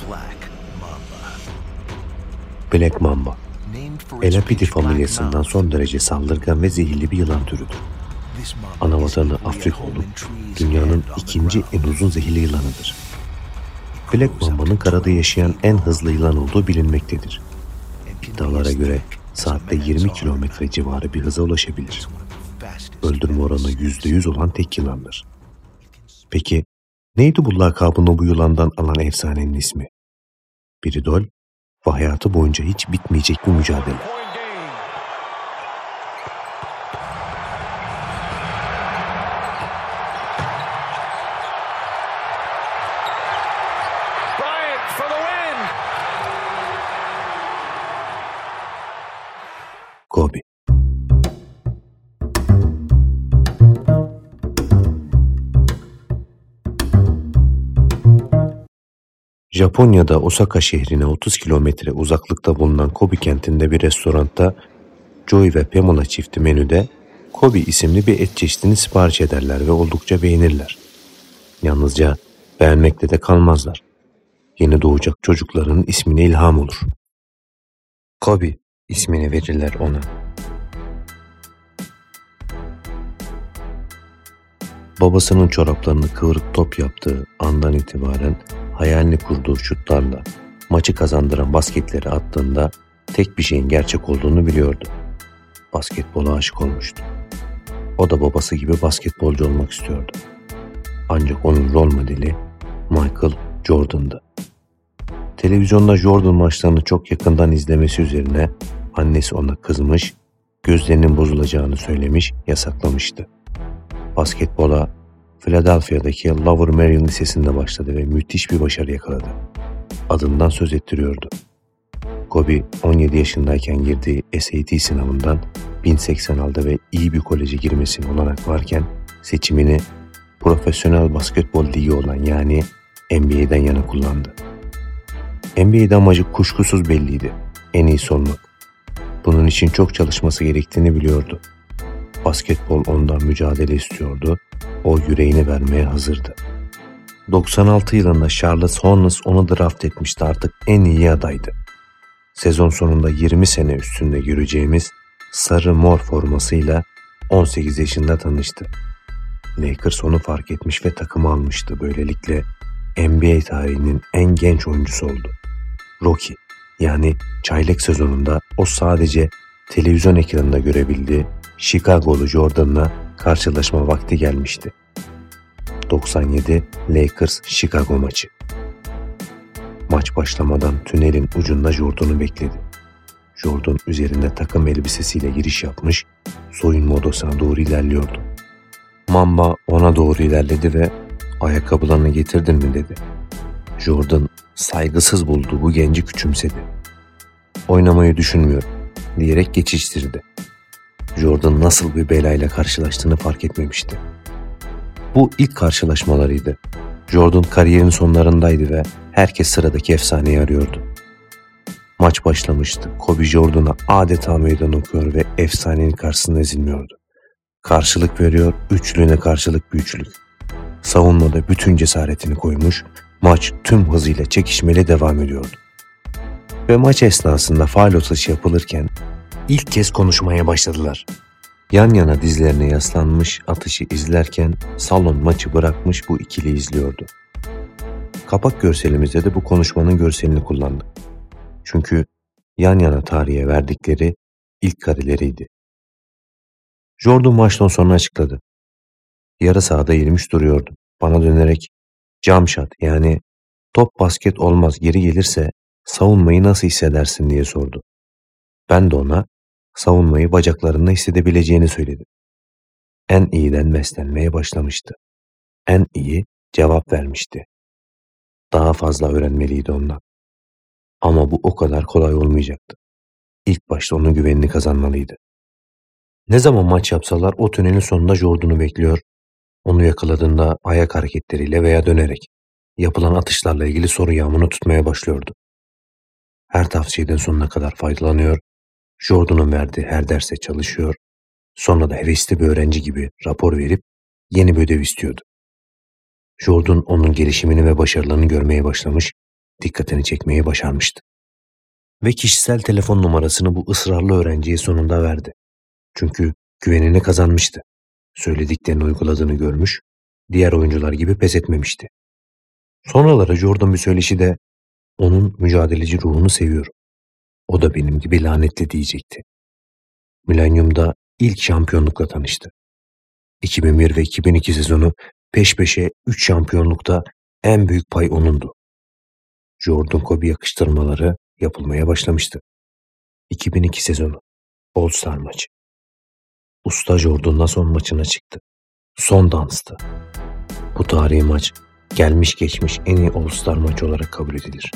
Black Mamba, Elapidi familyasından son derece saldırgan ve zehirli bir yılan türüdür. Anavatanı Afrika olup dünyanın ikinci en uzun zehirli yılanıdır. Black Mamba'nın karada yaşayan en hızlı yılan olduğu bilinmektedir. İddialara göre saatte 20 kilometre civarı bir hıza ulaşabilir. Öldürme oranı %100 olan tek yılandır. Peki neydi bu lakabını bu yılandan alan efsanenin ismi? Bir idol ve hayatı boyunca hiç bitmeyecek bir mücadele. Kobe. Japonya'da Osaka şehrine 30 kilometre uzaklıkta bulunan Kobe kentinde bir restoranda Joey ve Pamela çifti menüde Kobe isimli bir et çeşidini sipariş ederler ve oldukça beğenirler. Yalnızca beğenmekle de kalmazlar. Yeni doğacak çocukların ismine ilham olur. Kobe ismini verirler ona. Babasının çoraplarını kıvırıp top yaptığı andan itibaren hayalini kurduğu şutlarla maçı kazandıran basketleri attığında tek bir şeyin gerçek olduğunu biliyordu. Basketbola aşık olmuştu. O da babası gibi basketbolcu olmak istiyordu. Ancak onun rol modeli Michael Jordan'dı. Televizyonda Jordan maçlarını çok yakından izlemesi üzerine annesi ona kızmış, gözlerinin bozulacağını söylemiş, yasaklamıştı. Basketbola Philadelphia'daki Lower Merion Lisesi'nde başladı ve müthiş bir başarı yakaladı. Adından söz ettiriyordu. Kobe 17 yaşındayken girdiği SAT sınavından 1080 aldı ve iyi bir koleje girmesine olanak varken seçimini Profesyonel Basketbol Ligi olan yani NBA'den yana kullandı. NBA'de amacı kuşkusuz belliydi. En iyisi olmak. Bunun için çok çalışması gerektiğini biliyordu. Basketbol ondan mücadele istiyordu. O yüreğini vermeye hazırdı. 96 yılında Charlotte Hornets onu draft etmişti, artık en iyi adaydı. Sezon sonunda 20 sene üstünde göreceğimiz sarı mor formasıyla 18 yaşında tanıştı. Lakers onu fark etmiş ve takımı almıştı. Böylelikle NBA tarihinin en genç oyuncusu oldu. Rookie yani çaylak sezonunda o sadece televizyon ekranında görebildiği Chicago'lu Jordan'la karşılaşma vakti gelmişti. 97 Lakers-Chicago maçı. Maç başlamadan tünelin ucunda Jordan'ı bekledi. Jordan üzerinde takım elbisesiyle giriş yapmış, soyunma odasına doğru ilerliyordu. Mamba ona doğru ilerledi ve "Ayakkabılarını getirdin mi?" dedi. Jordan saygısız bulduğu bu genci küçümsedi. "Oynamayı düşünmüyorum," diyerek geçiştirdi. Jordan nasıl bir belayla karşılaştığını fark etmemişti. Bu ilk karşılaşmalarıydı. Jordan kariyerin sonlarındaydı ve herkes sıradaki efsaneyi arıyordu. Maç başlamıştı. Kobe Jordan'a adeta meydan okuyor ve efsanenin karşısında ezilmiyordu. Karşılık veriyor, üçlüğüne karşılık bir üçlük. Savunmada bütün cesaretini koymuş, maç tüm hızıyla çekişmeli devam ediyordu. Ve maç esnasında faul atışı yapılırken ilk kez konuşmaya başladılar. Yan yana dizlerine yaslanmış atışı izlerken salon maçı bırakmış bu ikili izliyordu. Kapak görselimizde de bu konuşmanın görselini kullandık. Çünkü yan yana tarihe verdikleri ilk kareleriydi. Jordan maçtan sonra açıkladı. "Yarı sahada eğilmiş duruyordu. Bana dönerek jump shot yani top basket olmaz, geri gelirse savunmayı nasıl hissedersin diye sordu. Ben de ona savunmayı bacaklarında hissedebileceğini söyledim. En iyiden beslenmeye başlamıştı. En iyi cevap vermişti. Daha fazla öğrenmeliydi ondan. Ama bu o kadar kolay olmayacaktı. İlk başta onun güvenini kazanmalıydı. Ne zaman maç yapsalar o tünelin sonunda Jordan'ı bekliyor, onu yakaladığında ayak hareketleriyle veya dönerek yapılan atışlarla ilgili soru yağmurunu tutmaya başlıyordu. Her tavsiyeden sonuna kadar faydalanıyor, Jordan'ın verdiği her derse çalışıyor, sonra da hevesli bir öğrenci gibi rapor verip yeni bir ödev istiyordu. Jordan onun gelişimini ve başarılarını görmeye başlamış, dikkatini çekmeyi başarmıştı. Ve kişisel telefon numarasını bu ısrarlı öğrenciye sonunda verdi. Çünkü güvenini kazanmıştı. Söylediklerini uyguladığını görmüş, diğer oyuncular gibi pes etmemişti. Sonraları Jordan bir söyleşi de onun mücadeleci ruhunu seviyorum. O da benim gibi lanetli diyecekti. Milenyum'da ilk şampiyonlukla tanıştı. 2001 ve 2002 sezonu peş peşe 3 şampiyonlukta en büyük pay onundu. Jordan-Kobe yakıştırmaları yapılmaya başlamıştı. 2002 sezonu All-Star maçı. Usta Jordan'la son maçına çıktı. Son danstı. Bu tarihi maç gelmiş geçmiş en iyi All-Star maçı olarak kabul edilir.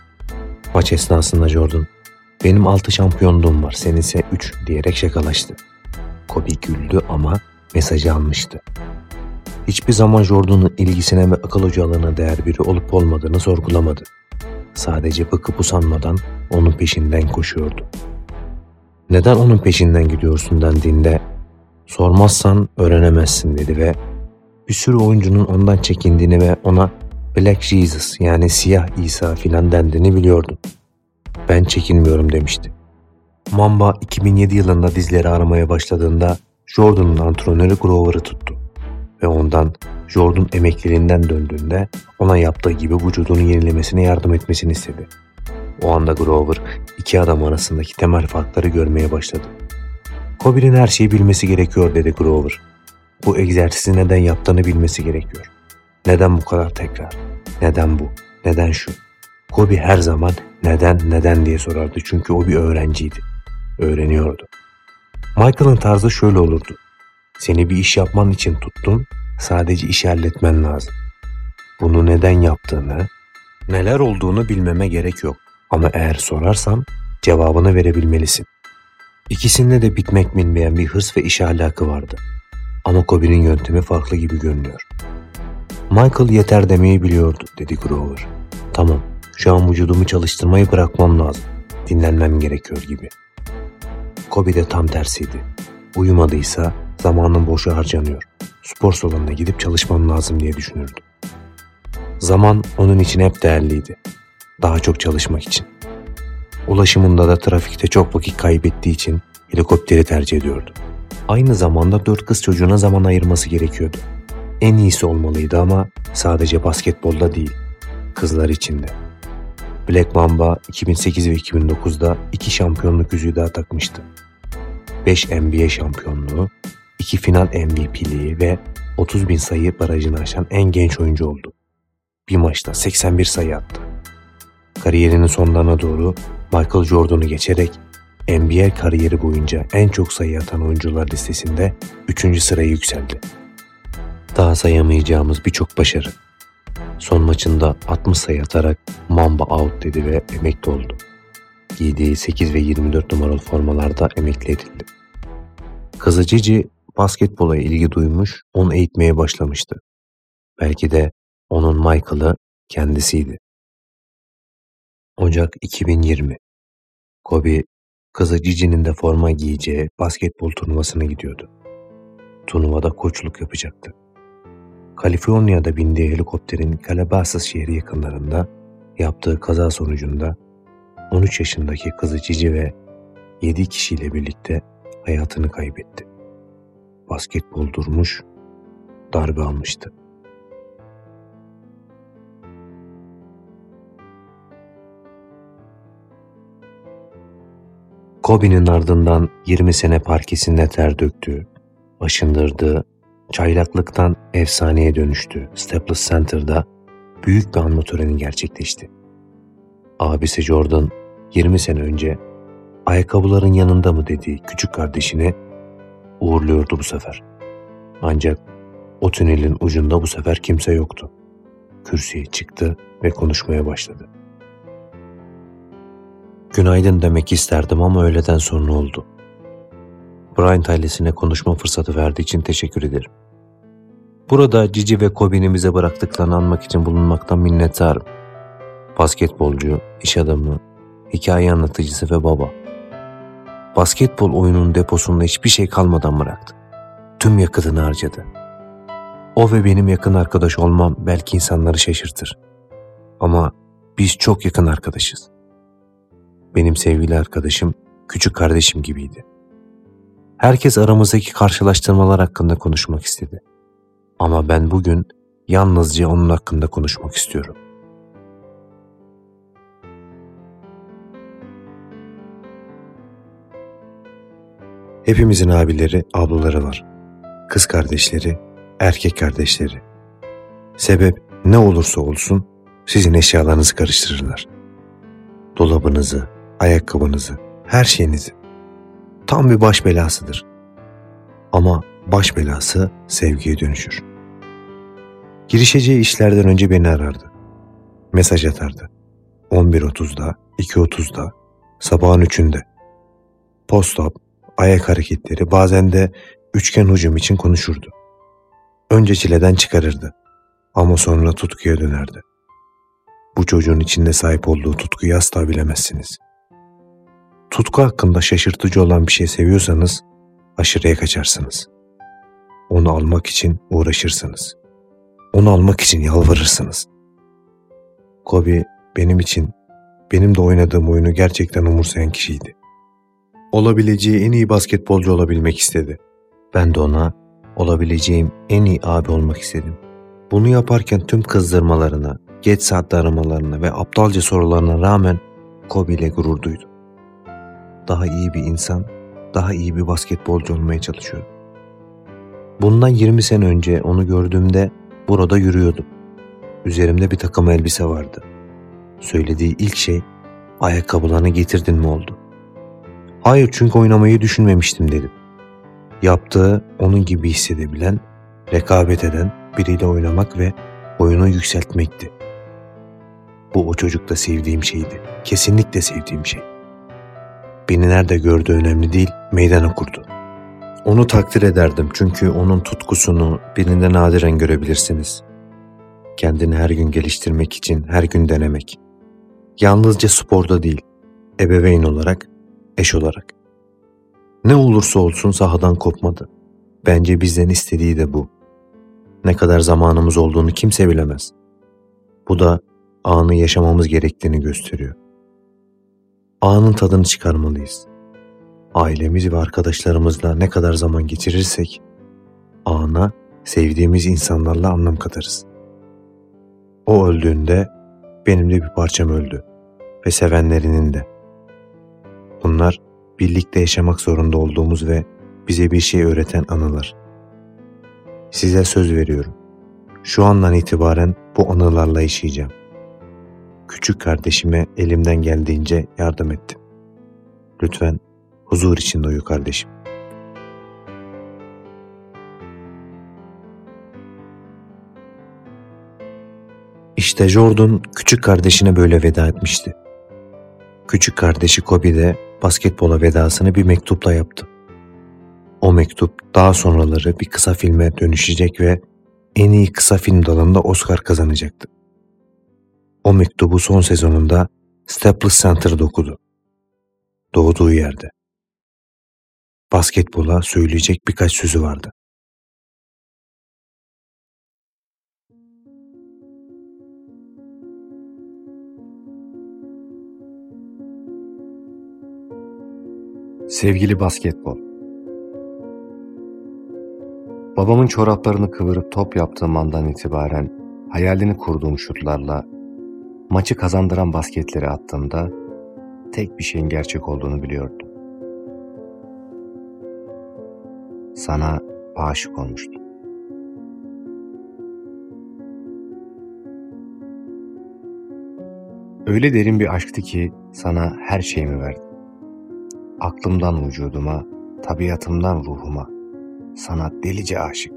Maç esnasında Jordan, "Benim 6 şampiyonluğum var, seninse 3" diyerek şakalaştı. Kobe güldü ama mesajı almıştı. Hiçbir zaman Jordan'ın ilgisine ve akıl hocalığına değer biri olup olmadığını sorgulamadı. Sadece bıkıp usanmadan onun peşinden koşuyordu. "Neden onun peşinden gidiyorsun?" dendiğinde, "Sormazsan öğrenemezsin" dedi ve bir sürü oyuncunun ondan çekindiğini ve ona Black Jesus yani siyah İsa filan dendiğini biliyordum. "Ben çekinmiyorum" demişti. Mamba 2007 yılında dizleri ağrımaya başladığında Jordan'ın antrenörü Grover'ı tuttu ve ondan Jordan emekliliğinden döndüğünde ona yaptığı gibi vücudunu yenilemesine yardım etmesini istedi. O anda Grover iki adam arasındaki temel farkları görmeye başladı. "Kobe'nin her şeyi bilmesi gerekiyor" dedi Grover. "Bu egzersizi neden yaptığını bilmesi gerekiyor. Neden bu kadar tekrar? Neden bu? Neden şu?" Kobe her zaman neden diye sorardı çünkü o bir öğrenciydi. Öğreniyordu. Michael'ın tarzı şöyle olurdu. "Seni bir iş yapman için tuttum, sadece işi halletmen lazım. Bunu neden yaptığını, neler olduğunu bilmeme gerek yok. Ama eğer sorarsam cevabını verebilmelisin." İkisinde de bitmek bilmeyen bir hırs ve iş ahlakı vardı. Ama Kobe'nin yöntemi farklı gibi görünüyor. "Michael yeter demeyi biliyordu" dedi Grover. "Tamam, şu an vücudumu çalıştırmayı bırakmam lazım. Dinlenmem gerekiyor" gibi. Kobe de tam tersiydi. Uyumadıysa zamanın boşa harcanıyor. Spor salonuna gidip çalışmam lazım diye düşünürdü. Zaman onun için hep değerliydi. Daha çok çalışmak için. Ulaşımında da trafikte çok vakit kaybettiği için helikopteri tercih ediyordu. Aynı zamanda 4 kız çocuğuna zaman ayırması gerekiyordu. En iyisi olmalıydı ama sadece basketbolda değil, kızlar için de. Black Mamba 2008 ve 2009'da 2 şampiyonluk yüzüğü daha takmıştı. 5 NBA şampiyonluğu, 2 final MVP'liği ve 30.000 sayı barajını aşan en genç oyuncu oldu. Bir maçta 81 sayı attı. Kariyerinin sonlarına doğru Michael Jordan'ı geçerek NBA kariyeri boyunca en çok sayı atan oyuncular listesinde 3. sıraya yükseldi. Daha sayamayacağımız birçok başarı. Son maçında 60 sayı atarak "Mamba out" dedi ve emekli oldu. Giydiği 8 ve 24 numaralı formalarda emekli edildi. Kızı Gigi basketbola ilgi duymuş, onu eğitmeye başlamıştı. Belki de onun Michael'ı kendisiydi. Ocak 2020. Kobe, kızı Gigi'nin de forma giyeceği basketbol turnuvasına gidiyordu. Turnuvada koçluk yapacaktı. Kaliforniya'da bindiği helikopterin Calabasas şehri yakınlarında yaptığı kaza sonucunda 13 yaşındaki kızı Gigi ve 7 kişiyle birlikte hayatını kaybetti. Basketbol durmuş, darbe almıştı. Kobe'nin ardından 20 sene parkesinde ter döktüğü, aşındırdığı, çaylaklıktan efsaneye dönüştü Staples Center'da büyük bir anma töreni gerçekleşti. Abisi Jordan 20 sene önce "Ayakkabıların yanında mı?" dediği küçük kardeşini uğurluyordu bu sefer. Ancak o tünelin ucunda bu sefer kimse yoktu. Kürsüye çıktı ve konuşmaya başladı. "Günaydın demek isterdim ama öğleden sonra oldu. Bryant ailesine konuşma fırsatı verdiği için teşekkür ederim. Burada Gigi ve Kobe'nin bize bıraktıklarını anmak için bulunmaktan minnettarım. Basketbolcu, iş adamı, hikaye anlatıcısı ve baba. Basketbol oyunun deposunda hiçbir şey kalmadan bıraktı. Tüm yakıtını harcadı. O ve benim yakın arkadaş olmam belki insanları şaşırtır. Ama Biz çok yakın arkadaşız. Benim sevgili arkadaşım küçük kardeşim gibiydi. Herkes aramızdaki karşılaştırmalar hakkında konuşmak istedi. Ama ben bugün yalnızca onun hakkında konuşmak istiyorum. Hepimizin abileri, ablaları var. Kız kardeşleri, erkek kardeşleri. Sebep ne olursa olsun sizin eşyalarınızı karıştırırlar. Dolabınızı, ayakkabınızı, her şeyinizi. Tam bir baş belasıdır. Ama baş belası sevgiye dönüşür. Girişeceği işlerden önce beni arardı. Mesaj atardı. 11.30'da, 2.30'da, sabahın 3'ünde. Post-op, ayak hareketleri, bazen de üçgen hücum için konuşurdu. Önce çileden çıkarırdı ama sonra tutkuya dönerdi. Bu çocuğun içinde sahip olduğu tutkuyu asla bilemezsiniz. Tutku hakkında şaşırtıcı olan bir şey seviyorsanız aşırıya kaçarsınız. Onu almak için uğraşırsınız. Onu almak için yalvarırsınız. Kobe benim için, benim de oynadığım oyunu gerçekten umursayan kişiydi. Olabileceği en iyi basketbolcu olabilmek istedi. Ben de ona olabileceğim en iyi abi olmak istedim. Bunu yaparken tüm kızdırmalarına, geç saatte aramalarına ve aptalca sorularına rağmen Kobe ile gurur duydum. Daha iyi bir insan, daha iyi bir basketbolcu olmaya çalışıyorum. Bundan 20 sene önce onu gördüğümde burada yürüyordum. Üzerimde bir takım elbise vardı. Söylediği ilk şey, ayakkabılarını getirdin mi oldu. Hayır, çünkü oynamayı düşünmemiştim dedim. Yaptığı onun gibi hissedebilen, rekabet eden biriyle oynamak ve oyunu yükseltmekti. Bu o çocukta sevdiğim şeydi. Kesinlikle sevdiğim şey. Beni nerede gördüğü önemli değil, meydan okurdu. Onu takdir ederdim çünkü onun tutkusunu birinde nadiren görebilirsiniz. Kendini her gün geliştirmek için her gün denemek. Yalnızca sporda değil, ebeveyn olarak, eş olarak. Ne olursa olsun sahadan kopmadı. Bence bizden istediği de bu. Ne kadar zamanımız olduğunu kimse bilemez. Bu da anı yaşamamız gerektiğini gösteriyor. Anın tadını çıkarmalıyız. Ailemiz ve arkadaşlarımızla ne kadar zaman geçirirsek, ana sevdiğimiz insanlarla anlam katarız. O öldüğünde benim de bir parçam öldü ve sevenlerinin de. Bunlar birlikte yaşamak zorunda olduğumuz ve bize bir şey öğreten anılar. Size söz veriyorum. Şu andan itibaren bu anılarla yaşayacağım. Küçük kardeşime elimden geldiğince yardım ettim. Lütfen huzur içinde uyu kardeşim. İşte Jordan küçük kardeşine böyle veda etmişti. Küçük kardeşi Kobe de basketbola vedasını bir mektupla yaptı. O mektup daha sonraları bir kısa filme dönüşecek ve en iyi kısa film dalında Oscar kazanacaktı. O mektubu son sezonunda Staples Center'da okudu. Doğduğu yerde. Basketbola söyleyecek birkaç sözü vardı. Sevgili basketbol. Babamın çoraplarını kıvırıp top yaptığım andan itibaren hayalini kurduğum şutlarla maçı kazandıran basketleri attığımda tek bir şeyin gerçek olduğunu biliyordum. Sana aşık olmuştum. Öyle derin bir aşktı ki sana her şeyimi verdim. Aklımdan vücuduma, tabiatımdan ruhuma, sana delice aşık.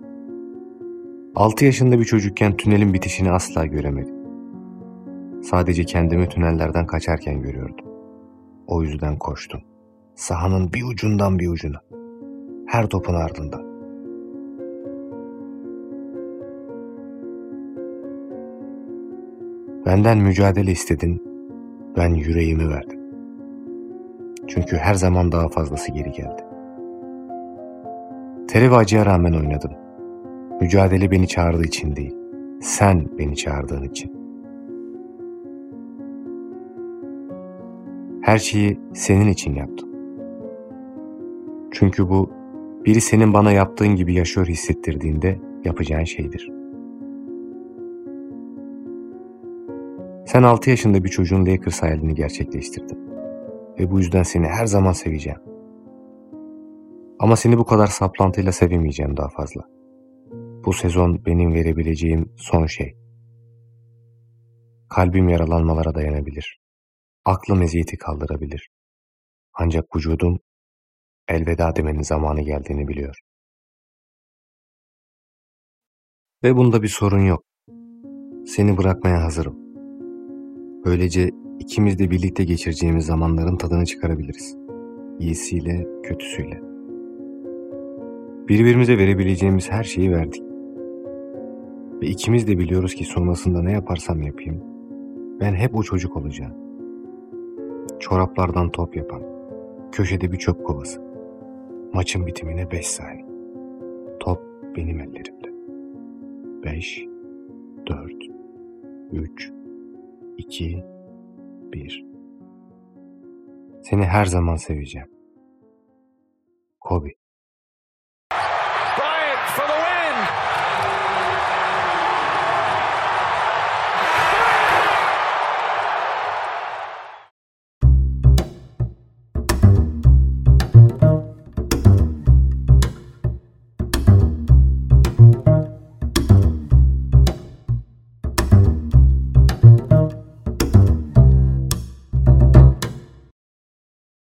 6 yaşında bir çocukken tünelin bitişini asla göremedim. Sadece kendimi tünellerden kaçarken görüyordum. O yüzden koştum. Sahanın bir ucundan bir ucuna. Her topun ardından. Benden mücadele istedin, ben yüreğimi verdim. Çünkü her zaman daha fazlası geri geldi. Ter ve acıya rağmen oynadım. Mücadele beni çağırdığı için değil, sen beni çağırdığın için. Her şeyi senin için yaptım. Çünkü bu, biri senin bana yaptığın gibi yaşıyor hissettirdiğinde yapacağın şeydir. Sen 6 yaşında bir çocuğun Lakers hayalini gerçekleştirdin. Ve bu yüzden seni her zaman seveceğim. Ama seni bu kadar saplantıyla sevemeyeceğim daha fazla. Bu sezon benim verebileceğim son şey. Kalbim yaralanmalara dayanabilir. Aklım eziyeti kaldırabilir. Ancak vücudum elveda demenin zamanı geldiğini biliyor. Ve bunda bir sorun yok. Seni bırakmaya hazırım. Böylece ikimiz de birlikte geçireceğimiz zamanların tadını çıkarabiliriz. İyisiyle, kötüsüyle. Birbirimize verebileceğimiz her şeyi verdik. Ve ikimiz de biliyoruz ki sonrasında ne yaparsam yapayım, ben hep o çocuk olacağım. Çoraplardan top yapan, köşede bir çöp kovası. Maçın bitimine 5 saniye. Top benim ellerimde. 5, 4, 3, 2, 1. Seni her zaman seveceğim. Kobe. Bryant for the win.